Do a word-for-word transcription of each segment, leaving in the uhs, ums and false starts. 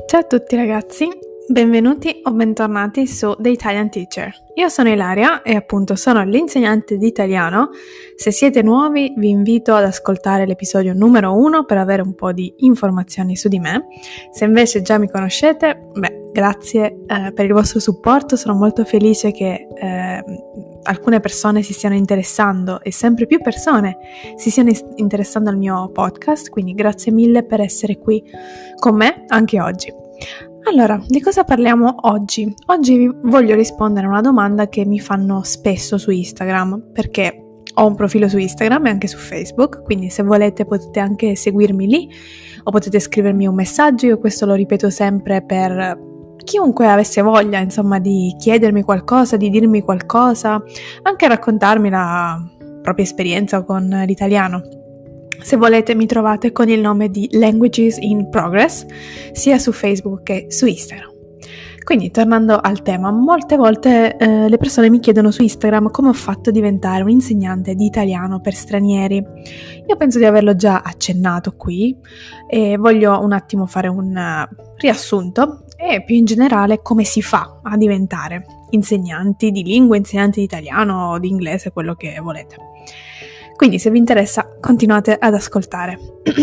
Ciao a tutti ragazzi, benvenuti o bentornati su The Italian Teacher. Io sono Ilaria e appunto sono l'insegnante di italiano. Se siete nuovi vi invito ad ascoltare l'episodio numero uno per avere un po' di informazioni su di me. Se invece già mi conoscete, beh, grazie eh, per il vostro supporto, sono molto felice che eh, alcune persone si stiano interessando e sempre più persone si stiano interessando al mio podcast, quindi grazie mille per essere qui con me anche oggi. Allora, di cosa parliamo oggi? Oggi vi voglio rispondere a una domanda che mi fanno spesso su Instagram, perché ho un profilo su Instagram e anche su Facebook, quindi se volete potete anche seguirmi lì o potete scrivermi un messaggio. Io questo lo ripeto sempre per chiunque avesse voglia, insomma, di chiedermi qualcosa, di dirmi qualcosa, anche raccontarmi la propria esperienza con l'italiano. Se volete mi trovate con il nome di Languages in Progress, sia su Facebook che su Instagram. Quindi, tornando al tema, molte volte eh, le persone mi chiedono su Instagram come ho fatto a diventare un insegnante di italiano per stranieri. Io penso di averlo già accennato qui e voglio un attimo fare un uh, riassunto e più in generale come si fa a diventare insegnanti di lingua, insegnanti di italiano o di inglese, quello che volete. Quindi se vi interessa continuate ad ascoltare.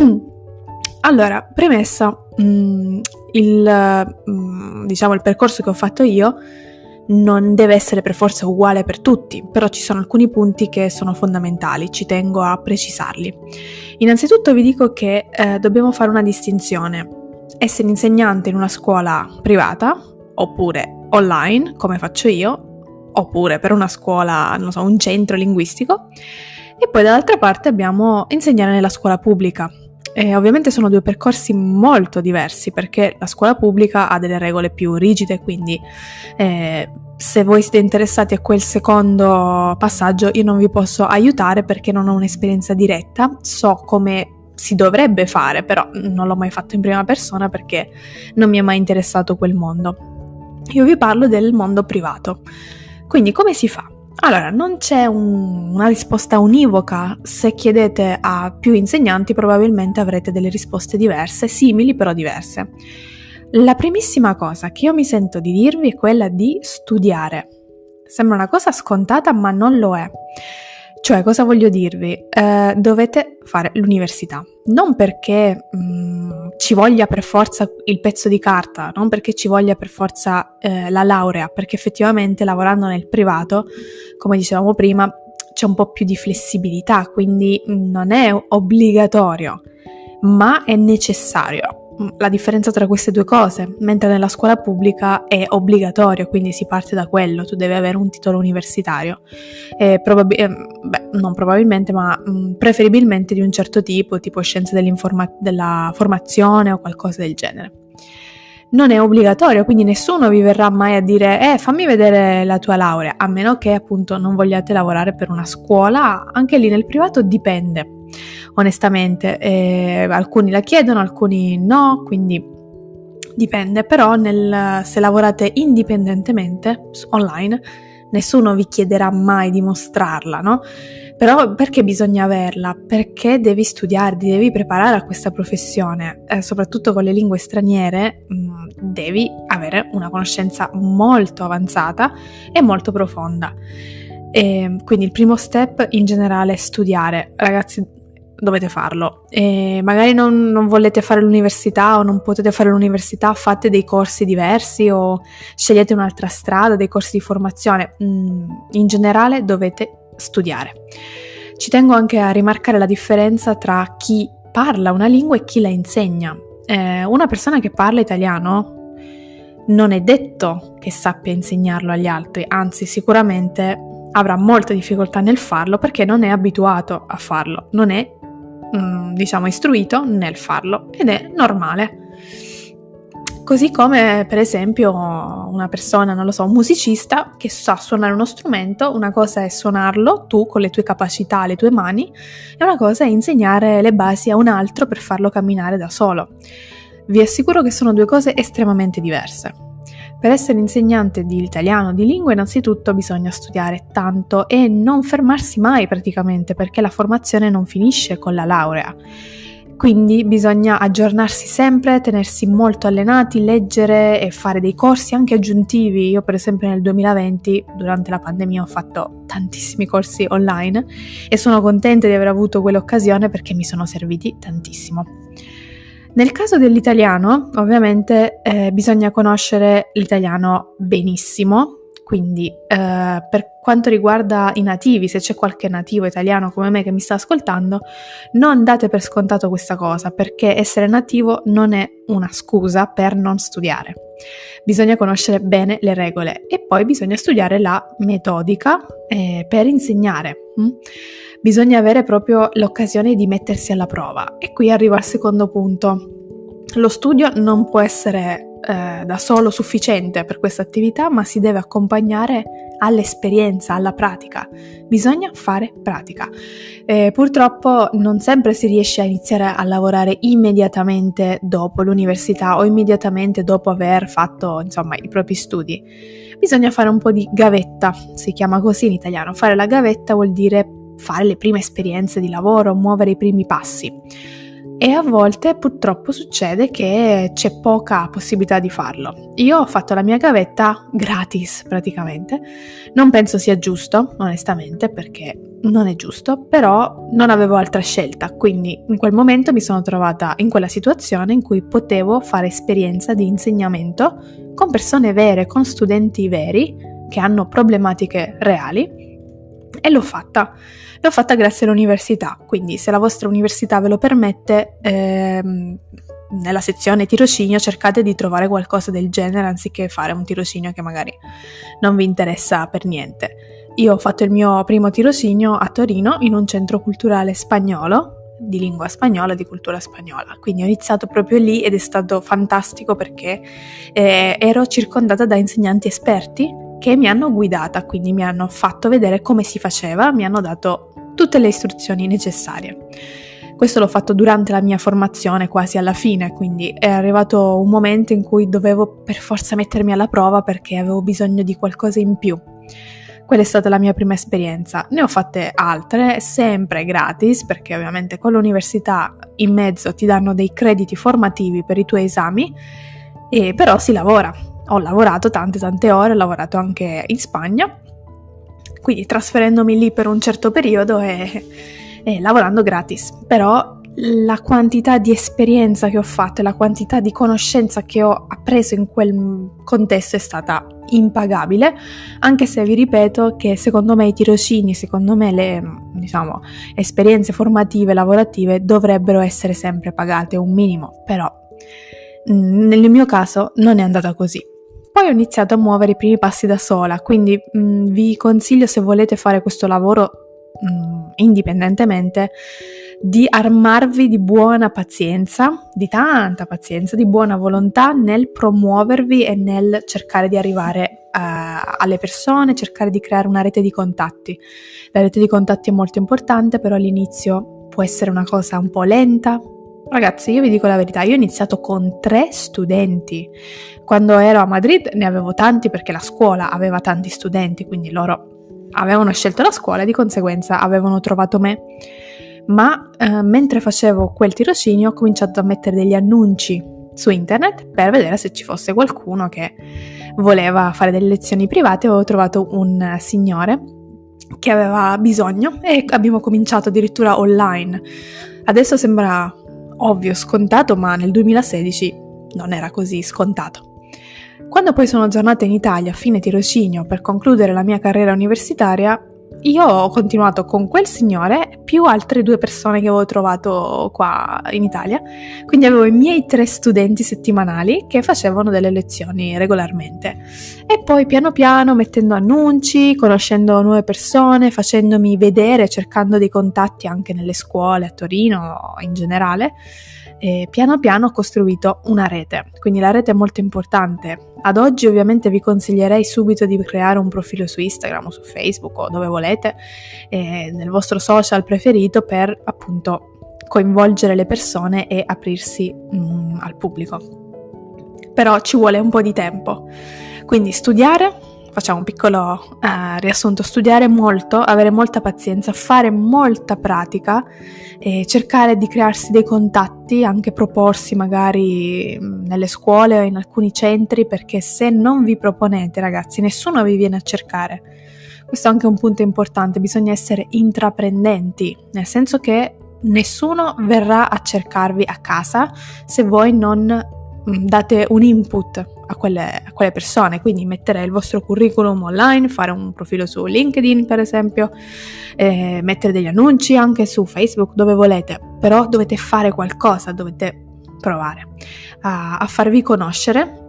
Allora, premessa, mh, il, mh, diciamo il percorso che ho fatto io non deve essere per forza uguale per tutti, però ci sono alcuni punti che sono fondamentali, ci tengo a precisarli. Innanzitutto vi dico che eh, dobbiamo fare una distinzione: essere insegnante in una scuola privata oppure online, come faccio io, oppure per una scuola, non so, un centro linguistico. E poi dall'altra parte abbiamo insegnare nella scuola pubblica. E ovviamente sono due percorsi molto diversi, perché la scuola pubblica ha delle regole più rigide, quindi eh, se voi siete interessati a quel secondo passaggio io non vi posso aiutare perché non ho un'esperienza diretta. So come si dovrebbe fare, però non l'ho mai fatto in prima persona perché non mi è mai interessato quel mondo. Io vi parlo del mondo privato. Quindi come si fa? Allora, non c'è un, una risposta univoca. Se chiedete a più insegnanti probabilmente avrete delle risposte diverse, simili però diverse. La primissima cosa che io mi sento di dirvi è quella di studiare. Sembra una cosa scontata, ma non lo è. Cioè, cosa voglio dirvi? Eh, dovete fare l'università. Non perché mh, ci voglia per forza il pezzo di carta, non perché ci voglia per forza eh, la laurea, perché effettivamente lavorando nel privato, come dicevamo prima, c'è un po' più di flessibilità, quindi non è obbligatorio, ma è necessario. La differenza tra queste due cose, mentre nella scuola pubblica è obbligatorio, quindi si parte da quello, tu devi avere un titolo universitario, e probab- eh, beh, non probabilmente, ma mh, preferibilmente di un certo tipo, tipo scienze dell'informa- della formazione o qualcosa del genere. Non è obbligatorio, quindi nessuno vi verrà mai a dire eh fammi vedere la tua laurea, a meno che appunto non vogliate lavorare per una scuola. Anche lì nel privato dipende. Onestamente, eh, alcuni la chiedono, alcuni no, quindi dipende, però nel, se lavorate indipendentemente online nessuno vi chiederà mai di mostrarla, no? Però perché bisogna averla? Perché devi studiare, ti devi preparare a questa professione, eh, soprattutto con le lingue straniere mh, devi avere una conoscenza molto avanzata e molto profonda. E quindi il primo step in generale è studiare, ragazzi. Dovete farlo e magari non, non volete fare l'università o non potete fare l'università, fate dei corsi diversi o scegliete un'altra strada, dei corsi di formazione. In generale dovete studiare. Ci tengo anche a rimarcare la differenza tra chi parla una lingua e chi la insegna. Eh, una persona che parla italiano non è detto che sappia insegnarlo agli altri, anzi sicuramente avrà molte difficoltà nel farlo perché non è abituato a farlo, non è diciamo istruito nel farlo, ed è normale. Così come per esempio una persona, non lo so, un musicista che sa suonare uno strumento, una cosa è suonarlo tu con le tue capacità, le tue mani, e una cosa è insegnare le basi a un altro per farlo camminare da solo. Vi assicuro che sono due cose estremamente diverse. Per essere insegnante di italiano, di lingua, innanzitutto bisogna studiare tanto e non fermarsi mai praticamente, perché la formazione non finisce con la laurea. Quindi bisogna aggiornarsi sempre, tenersi molto allenati, leggere e fare dei corsi anche aggiuntivi. Io per esempio nel duemilaventi, durante la pandemia, ho fatto tantissimi corsi online e sono contenta di aver avuto quell'occasione perché mi sono serviti tantissimo. Nel caso dell'italiano, ovviamente eh, bisogna conoscere l'italiano benissimo. Quindi eh, per quanto riguarda i nativi, se c'è qualche nativo italiano come me che mi sta ascoltando, non date per scontato questa cosa, perché essere nativo non è una scusa per non studiare. Bisogna conoscere bene le regole e poi bisogna studiare la metodica eh, per insegnare. Hm? Bisogna avere proprio l'occasione di mettersi alla prova. E qui arrivo al secondo punto. Lo studio non può essere Eh, da solo sufficiente per questa attività, ma si deve accompagnare all'esperienza, alla pratica. Bisogna fare pratica. Eh, purtroppo non sempre si riesce a iniziare a lavorare immediatamente dopo l'università o immediatamente dopo aver fatto, insomma, i propri studi. Bisogna fare un po' di gavetta, si chiama così in italiano. Fare la gavetta vuol dire fare le prime esperienze di lavoro, muovere i primi passi. E a volte purtroppo succede che c'è poca possibilità di farlo. Io ho fatto la mia gavetta gratis praticamente, non penso sia giusto onestamente perché non è giusto, però non avevo altra scelta, quindi in quel momento mi sono trovata in quella situazione in cui potevo fare esperienza di insegnamento con persone vere, con studenti veri che hanno problematiche reali e l'ho fatta. L'ho fatta grazie all'università, quindi se la vostra università ve lo permette, ehm, nella sezione tirocinio cercate di trovare qualcosa del genere anziché fare un tirocinio che magari non vi interessa per niente. Io ho fatto il mio primo tirocinio a Torino in un centro culturale spagnolo, di lingua spagnola, di cultura spagnola, quindi ho iniziato proprio lì ed è stato fantastico perché eh, ero circondata da insegnanti esperti che mi hanno guidata, quindi mi hanno fatto vedere come si faceva, mi hanno dato tutte le istruzioni necessarie. Questo l'ho fatto durante la mia formazione, quasi alla fine, quindi è arrivato un momento in cui dovevo per forza mettermi alla prova perché avevo bisogno di qualcosa in più. Quella è stata la mia prima esperienza. Ne ho fatte altre, sempre gratis, perché ovviamente con l'università in mezzo ti danno dei crediti formativi per i tuoi esami, e però si lavora. Ho lavorato tante tante ore, ho lavorato anche in Spagna, quindi trasferendomi lì per un certo periodo e, e lavorando gratis. Però la quantità di esperienza che ho fatto e la quantità di conoscenza che ho appreso in quel contesto è stata impagabile, anche se vi ripeto che secondo me i tirocini, secondo me le diciamo esperienze formative, lavorative dovrebbero essere sempre pagate un minimo, però nel mio caso non è andata così. Poi ho iniziato a muovere i primi passi da sola, quindi mh, vi consiglio, se volete fare questo lavoro mh, indipendentemente, di armarvi di buona pazienza, di tanta pazienza, di buona volontà nel promuovervi e nel cercare di arrivare uh, alle persone, cercare di creare una rete di contatti. La rete di contatti è molto importante, però all'inizio può essere una cosa un po' lenta. Ragazzi, io vi dico la verità, io ho iniziato con tre studenti. Quando ero a Madrid ne avevo tanti perché la scuola aveva tanti studenti, quindi loro avevano scelto la scuola e di conseguenza avevano trovato me. Ma eh, mentre facevo quel tirocinio ho cominciato a mettere degli annunci su internet per vedere se ci fosse qualcuno che voleva fare delle lezioni private. Avevo trovato un signore che aveva bisogno e abbiamo cominciato addirittura online. Adesso sembra ovvio, scontato, ma nel duemilasedici non era così scontato. Quando poi sono tornata in Italia a fine tirocinio per concludere la mia carriera universitaria, io ho continuato con quel signore più altre due persone che avevo trovato qua in Italia, quindi avevo i miei tre studenti settimanali che facevano delle lezioni regolarmente e poi piano piano mettendo annunci, conoscendo nuove persone, facendomi vedere, cercando dei contatti anche nelle scuole a Torino in generale, e piano piano ho costruito una rete, quindi la rete è molto importante. Ad oggi ovviamente vi consiglierei subito di creare un profilo su Instagram o su Facebook o dove volete, eh, nel vostro social preferito, per appunto coinvolgere le persone e aprirsi mm, al pubblico. Però ci vuole un po' di tempo, quindi studiare, facciamo un piccolo uh, riassunto: studiare molto, avere molta pazienza, fare molta pratica e cercare di crearsi dei contatti, anche proporsi magari nelle scuole o in alcuni centri, perché se non vi proponete, ragazzi, nessuno vi viene a cercare. Questo è anche un punto importante, bisogna essere intraprendenti, nel senso che nessuno verrà a cercarvi a casa se voi non date un input a quelle, a quelle persone, quindi mettere il vostro curriculum online, fare un profilo su LinkedIn per esempio, eh, mettere degli annunci anche su Facebook, dove volete, però dovete fare qualcosa, dovete provare a, a farvi conoscere.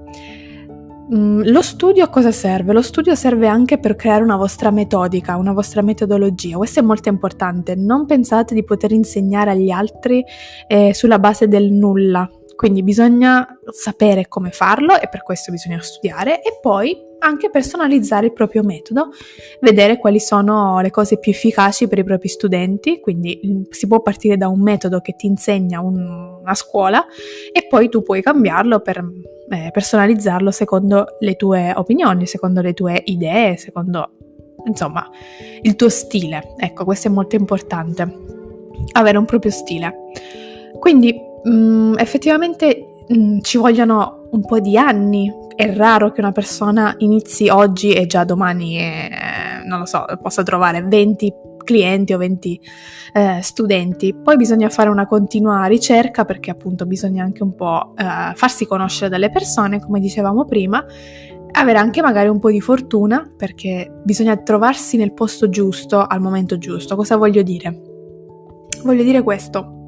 Mm, lo studio a cosa serve? Lo studio serve anche per creare una vostra metodica, una vostra metodologia. Questo è molto importante. Non pensate di poter insegnare agli altri eh, sulla base del nulla. Quindi bisogna sapere come farlo e per questo bisogna studiare e poi anche personalizzare il proprio metodo, vedere quali sono le cose più efficaci per i propri studenti. Quindi si può partire da un metodo che ti insegna un, una scuola e poi tu puoi cambiarlo per eh, personalizzarlo secondo le tue opinioni, secondo le tue idee, secondo insomma il tuo stile. Ecco, questo è molto importante, avere un proprio stile. Quindi Mm, effettivamente mm, ci vogliono un po' di anni. È raro che una persona inizi oggi e già domani eh, non lo so, possa trovare venti clienti o venti eh, studenti. Poi bisogna fare una continua ricerca, perché appunto bisogna anche un po' eh, farsi conoscere dalle persone, come dicevamo prima, avere anche magari un po' di fortuna, perché bisogna trovarsi nel posto giusto al momento giusto. Cosa voglio dire? Voglio dire questo.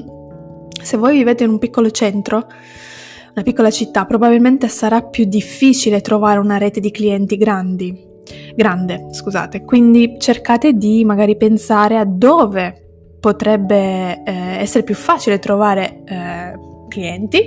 Se voi vivete in un piccolo centro, una piccola città, probabilmente sarà più difficile trovare una rete di clienti grandi, grande, scusate. Quindi cercate di magari pensare a dove potrebbe eh, essere più facile trovare eh, clienti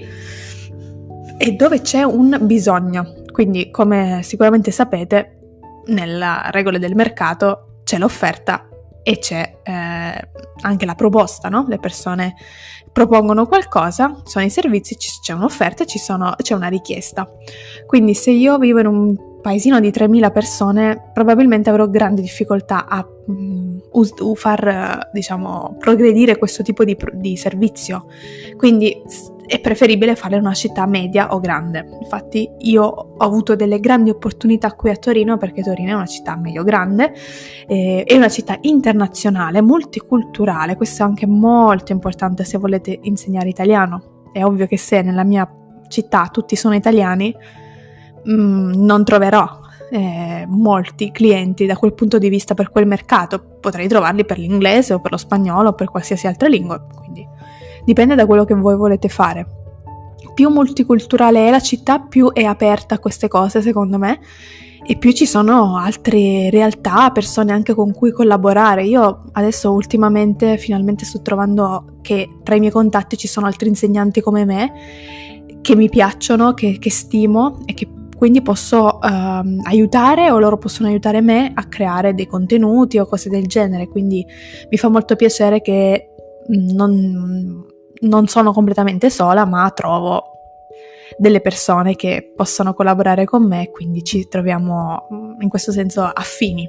e dove c'è un bisogno. Quindi, come sicuramente sapete, nelle regole del mercato c'è l'offerta e c'è eh, anche la proposta, no? Le persone propongono qualcosa, sono i servizi, c'è un'offerta e ci sono, c'è una richiesta. Quindi se io vivo in un paesino di tremila persone, probabilmente avrò grandi difficoltà a um, us- far, diciamo, progredire questo tipo di, di servizio. Quindi è preferibile farlo in una città media o grande. Infatti io ho avuto delle grandi opportunità qui a Torino, perché Torino è una città medio grande, eh, è una città internazionale, multiculturale. Questo è anche molto importante se volete insegnare italiano. È ovvio che se nella mia città tutti sono italiani, mh, non troverò eh, molti clienti da quel punto di vista per quel mercato. Potrei trovarli per l'inglese o per lo spagnolo o per qualsiasi altra lingua, quindi dipende da quello che voi volete fare. Più multiculturale è la città, più è aperta a queste cose, secondo me, e più ci sono altre realtà, persone anche con cui collaborare. Io adesso ultimamente finalmente sto trovando che tra i miei contatti ci sono altri insegnanti come me, che mi piacciono, che, che stimo e che quindi posso uh, aiutare, o loro possono aiutare me a creare dei contenuti o cose del genere. Quindi mi fa molto piacere che non... non sono completamente sola, ma trovo delle persone che possono collaborare con me, quindi ci troviamo in questo senso affini.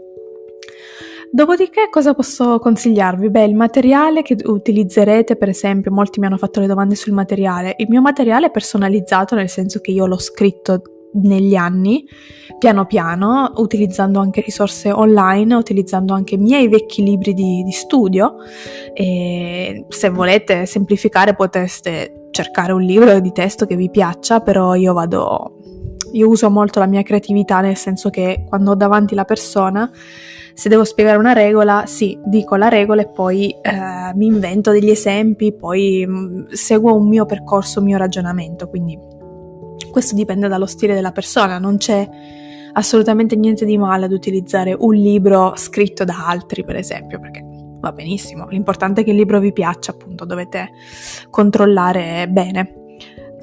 Dopodiché cosa posso consigliarvi? Beh, il materiale che utilizzerete, per esempio, molti mi hanno fatto le domande sul materiale. Il mio materiale è personalizzato, nel senso che io l'ho scritto negli anni, piano piano, utilizzando anche risorse online, utilizzando anche i miei vecchi libri di, di studio. E se volete semplificare potreste cercare un libro di testo che vi piaccia, però io vado, io uso molto la mia creatività, nel senso che quando ho davanti la persona, se devo spiegare una regola, sì, dico la regola e poi eh, mi invento degli esempi, poi mh, seguo un mio percorso, un mio ragionamento, quindi questo dipende dallo stile della persona. Non c'è assolutamente niente di male ad utilizzare un libro scritto da altri, per esempio, perché va benissimo. L'importante è che il libro vi piaccia, appunto, dovete controllare bene.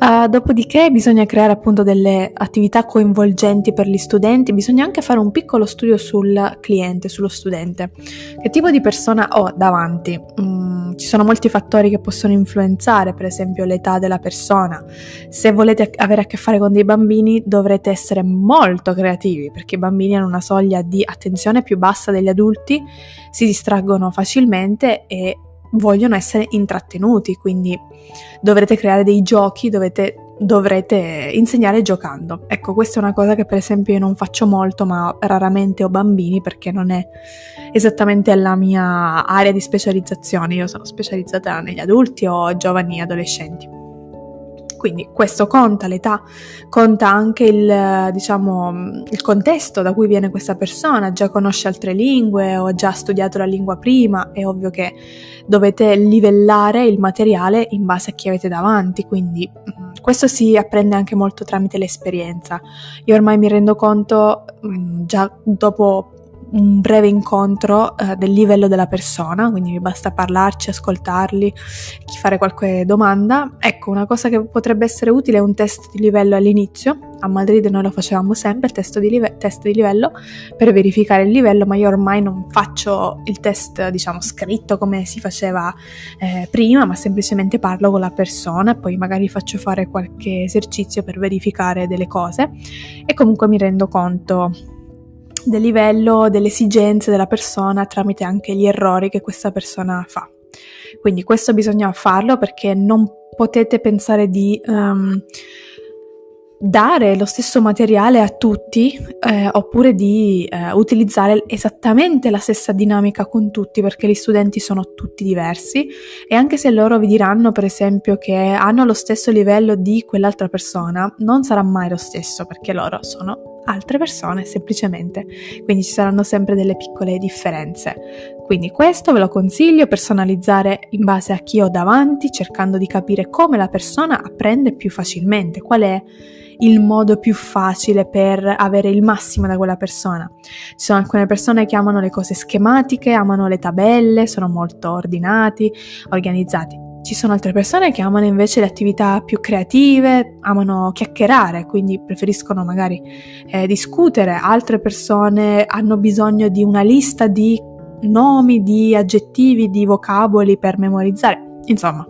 Uh, dopodiché bisogna creare appunto delle attività coinvolgenti per gli studenti, bisogna anche fare un piccolo studio sul cliente, sullo studente. Che tipo di persona ho davanti? Mm, ci sono molti fattori che possono influenzare, per esempio l'età della persona. Se volete avere a che fare con dei bambini dovrete essere molto creativi, perché i bambini hanno una soglia di attenzione più bassa degli adulti, si distraggono facilmente e vogliono essere intrattenuti, quindi dovrete creare dei giochi, dovete, dovrete insegnare giocando. Ecco, questa è una cosa che per esempio io non faccio molto, ma raramente ho bambini perché non è esattamente la mia area di specializzazione. Io sono specializzata negli adulti o giovani adolescenti. Quindi questo conta, l'età, conta anche il, diciamo, il contesto da cui viene questa persona, già conosce altre lingue o già ha studiato la lingua prima, è ovvio che dovete livellare il materiale in base a chi avete davanti, quindi questo si apprende anche molto tramite l'esperienza. Io ormai mi rendo conto già dopo un breve incontro eh, del livello della persona, quindi mi basta parlarci, ascoltarli, fare qualche domanda. Ecco, una cosa che potrebbe essere utile è un test di livello all'inizio. A Madrid noi lo facevamo sempre, il test di, live- test di livello per verificare il livello, ma io ormai non faccio il test, diciamo, scritto come si faceva eh, prima, ma semplicemente parlo con la persona e poi magari faccio fare qualche esercizio per verificare delle cose e comunque mi rendo conto del livello, delle esigenze della persona tramite anche gli errori che questa persona fa. Quindi questo bisogna farlo perché non potete pensare di um, dare lo stesso materiale a tutti eh, oppure di eh, utilizzare esattamente la stessa dinamica con tutti, perché gli studenti sono tutti diversi e anche se loro vi diranno per esempio che hanno lo stesso livello di quell'altra persona, non sarà mai lo stesso perché loro sono altre persone semplicemente, quindi ci saranno sempre delle piccole differenze. Quindi questo ve lo consiglio, personalizzare in base a chi ho davanti, cercando di capire come la persona apprende più facilmente, qual è il modo più facile per avere il massimo da quella persona. Ci sono alcune persone che amano le cose schematiche, amano le tabelle, sono molto ordinati, organizzati. Ci sono altre persone che amano invece le attività più creative, amano chiacchierare, quindi preferiscono magari eh, discutere. Altre persone hanno bisogno di una lista di nomi, di aggettivi, di vocaboli per memorizzare. Insomma,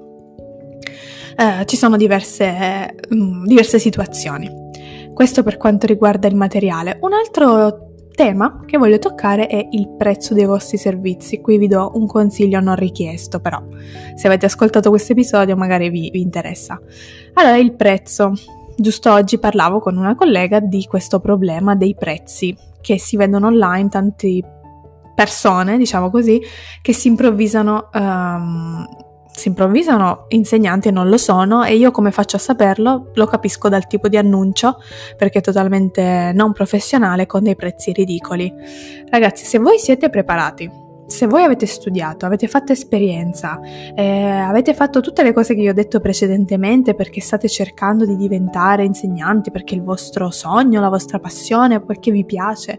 eh, ci sono diverse, eh, diverse situazioni. Questo per quanto riguarda il materiale. Un altro tema che voglio toccare è il prezzo dei vostri servizi. Qui vi do un consiglio non richiesto, però se avete ascoltato questo episodio magari vi, vi interessa. Allora, il prezzo. Giusto oggi parlavo con una collega di questo problema dei prezzi che si vedono online, tante persone, diciamo così, che si improvvisano um, si improvvisano insegnanti e non lo sono, e io come faccio a saperlo? Lo capisco dal tipo di annuncio, perché è totalmente non professionale con dei prezzi ridicoli. Ragazzi, se voi siete preparati, se voi avete studiato, avete fatto esperienza, eh, avete fatto tutte le cose che io ho detto precedentemente perché state cercando di diventare insegnanti, perché è il vostro sogno, la vostra passione, perché vi piace,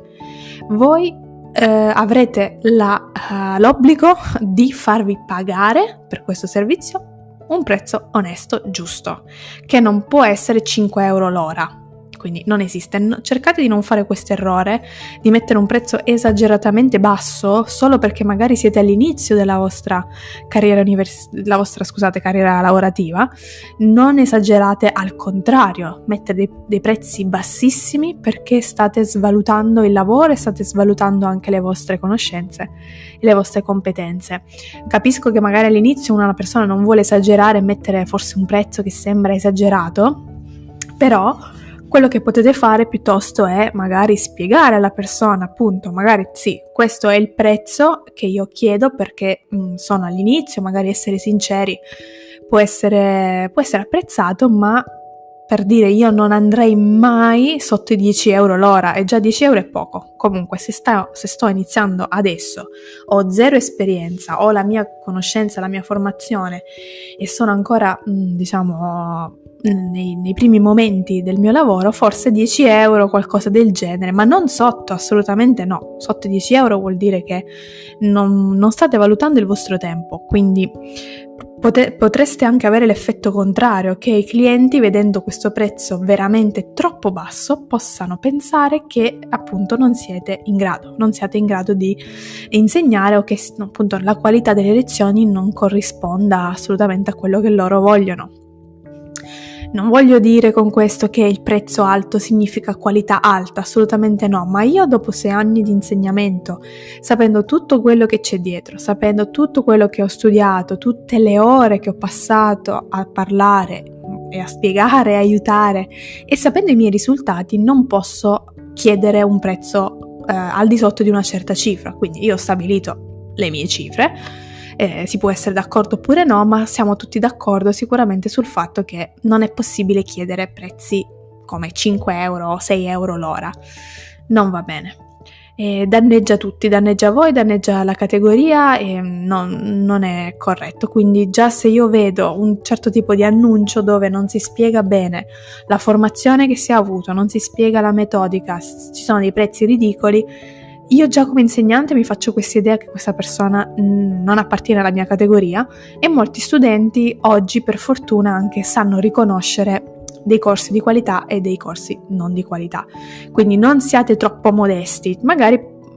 voi Eh, avrete la, uh, l'obbligo di farvi pagare per questo servizio un prezzo onesto, giusto, che non può essere cinque euro l'ora. Quindi non esiste. No, cercate di non fare questo errore di mettere un prezzo esageratamente basso solo perché magari siete all'inizio della vostra carriera univers- la vostra scusate carriera lavorativa. Non esagerate, al contrario, mettere dei, dei prezzi bassissimi perché state svalutando il lavoro e state svalutando anche le vostre conoscenze e le vostre competenze. Capisco che magari all'inizio una persona non vuole esagerare e mettere forse un prezzo che sembra esagerato, però quello che potete fare piuttosto è magari spiegare alla persona, appunto, magari sì, questo è il prezzo che io chiedo perché mh, sono all'inizio, magari essere sinceri può essere, può essere apprezzato, ma per dire io non andrei mai sotto i dieci euro l'ora, e già dieci euro è poco. Comunque se, sta, se sto iniziando adesso, ho zero esperienza, ho la mia conoscenza, la mia formazione e sono ancora, mh, diciamo... nei, nei primi momenti del mio lavoro forse dieci euro, qualcosa del genere, ma non sotto, assolutamente no. Sotto dieci euro vuol dire che non, non state valutando il vostro tempo, quindi pote, potreste anche avere l'effetto contrario, che i clienti, vedendo questo prezzo veramente troppo basso, possano pensare che appunto non siete in grado, non siate in grado di insegnare, o che appunto la qualità delle lezioni non corrisponda assolutamente a quello che loro vogliono. Non voglio dire con questo che il prezzo alto significa qualità alta, assolutamente no, ma io dopo sei anni di insegnamento, sapendo tutto quello che c'è dietro, sapendo tutto quello che ho studiato, tutte le ore che ho passato a parlare e a spiegare, a aiutare, e sapendo i miei risultati, non posso chiedere un prezzo eh, al di sotto di una certa cifra. Quindi io ho stabilito le mie cifre. Eh, si può essere d'accordo oppure no, ma siamo tutti d'accordo sicuramente sul fatto che non è possibile chiedere prezzi come cinque euro o sei euro l'ora. Non va bene. Eh, danneggia tutti, danneggia voi, danneggia la categoria e non, non è corretto. Quindi già se io vedo un certo tipo di annuncio dove non si spiega bene la formazione che si è avuto, non si spiega la metodica, ci sono dei prezzi ridicoli, io già come insegnante mi faccio questa idea che questa persona mh, non appartiene alla mia categoria, e molti studenti oggi per fortuna anche sanno riconoscere dei corsi di qualità e dei corsi non di qualità. Quindi non siate troppo modesti, magari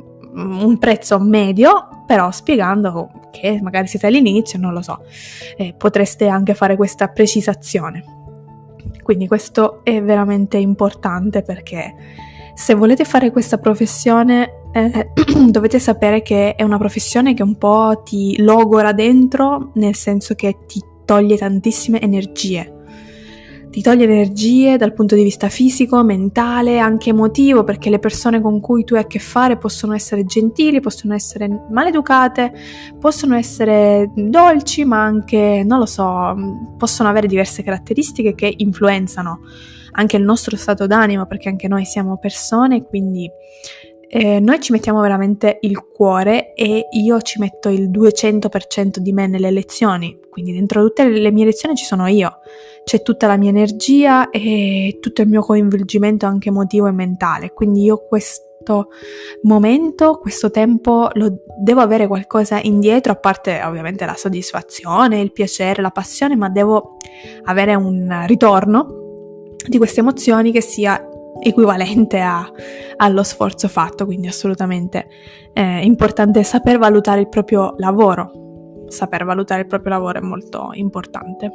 un prezzo medio, però spiegando che magari siete all'inizio, non lo so, eh, potreste anche fare questa precisazione. Quindi questo è veramente importante, perché se volete fare questa professione eh, dovete sapere che è una professione che un po' ti logora dentro, nel senso che ti toglie tantissime energie. Ti toglie energie dal punto di vista fisico, mentale, anche emotivo, perché le persone con cui tu hai a che fare possono essere gentili, possono essere maleducate, possono essere dolci, ma anche, non lo so, possono avere diverse caratteristiche che influenzano anche il nostro stato d'animo, perché anche noi siamo persone, quindi eh, noi ci mettiamo veramente il cuore, e io ci metto il duecento per cento di me nelle lezioni, quindi dentro tutte le mie lezioni ci sono io, c'è tutta la mia energia e tutto il mio coinvolgimento anche emotivo e mentale, quindi io questo momento, questo tempo lo devo avere qualcosa indietro, a parte ovviamente la soddisfazione, il piacere, la passione, ma devo avere un ritorno di queste emozioni che sia equivalente a, allo sforzo fatto. Quindi assolutamente è eh, importante saper valutare il proprio lavoro. Saper valutare il proprio lavoro è molto importante.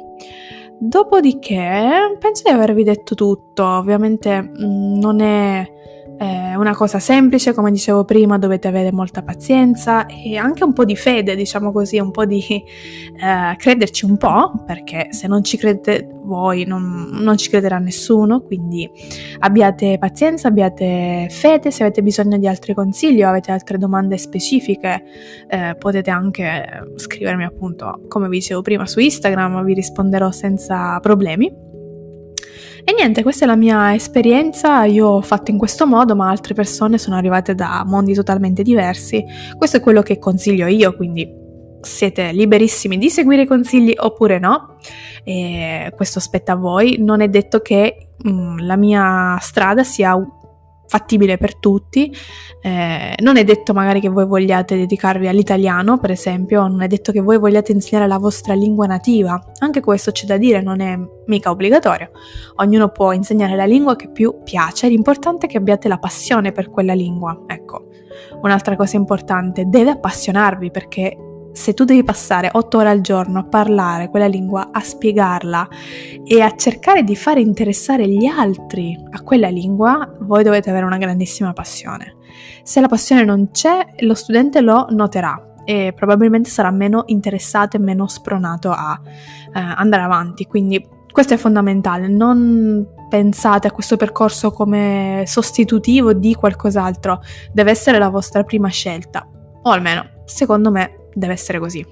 Dopodiché penso di avervi detto tutto. Ovviamente mh, non è eh, una cosa semplice, come dicevo prima, dovete avere molta pazienza e anche un po' di fede, diciamo così, un po' di eh, crederci un po', perché se non ci credete voi non, non ci crederà nessuno, quindi abbiate pazienza, abbiate fede. Se avete bisogno di altri consigli o avete altre domande specifiche eh, potete anche scrivermi, appunto, come vi dicevo prima, su Instagram, vi risponderò senza problemi. E niente, questa è la mia esperienza, io ho fatto in questo modo, ma altre persone sono arrivate da mondi totalmente diversi. Questo è quello che consiglio io, quindi siete liberissimi di seguire i consigli oppure no, e questo spetta a voi. Non è detto che mh, la mia strada sia fattibile per tutti, eh, non è detto magari che voi vogliate dedicarvi all'italiano, per esempio, non è detto che voi vogliate insegnare la vostra lingua nativa, anche questo c'è da dire, non è mica obbligatorio, ognuno può insegnare la lingua che più piace, l'importante è che abbiate la passione per quella lingua. Ecco, un'altra cosa importante, deve appassionarvi, perché se tu devi passare otto ore al giorno a parlare quella lingua, a spiegarla e a cercare di fare interessare gli altri a quella lingua, voi dovete avere una grandissima passione. Se la passione non c'è, lo studente lo noterà e probabilmente sarà meno interessato e meno spronato a eh, andare avanti. Quindi questo è fondamentale, non pensate a questo percorso come sostitutivo di qualcos'altro, deve essere la vostra prima scelta, o almeno secondo me deve essere così.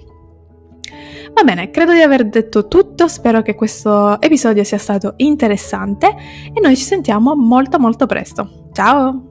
Va bene, credo di aver detto tutto, spero che questo episodio sia stato interessante e noi ci sentiamo molto molto presto. Ciao!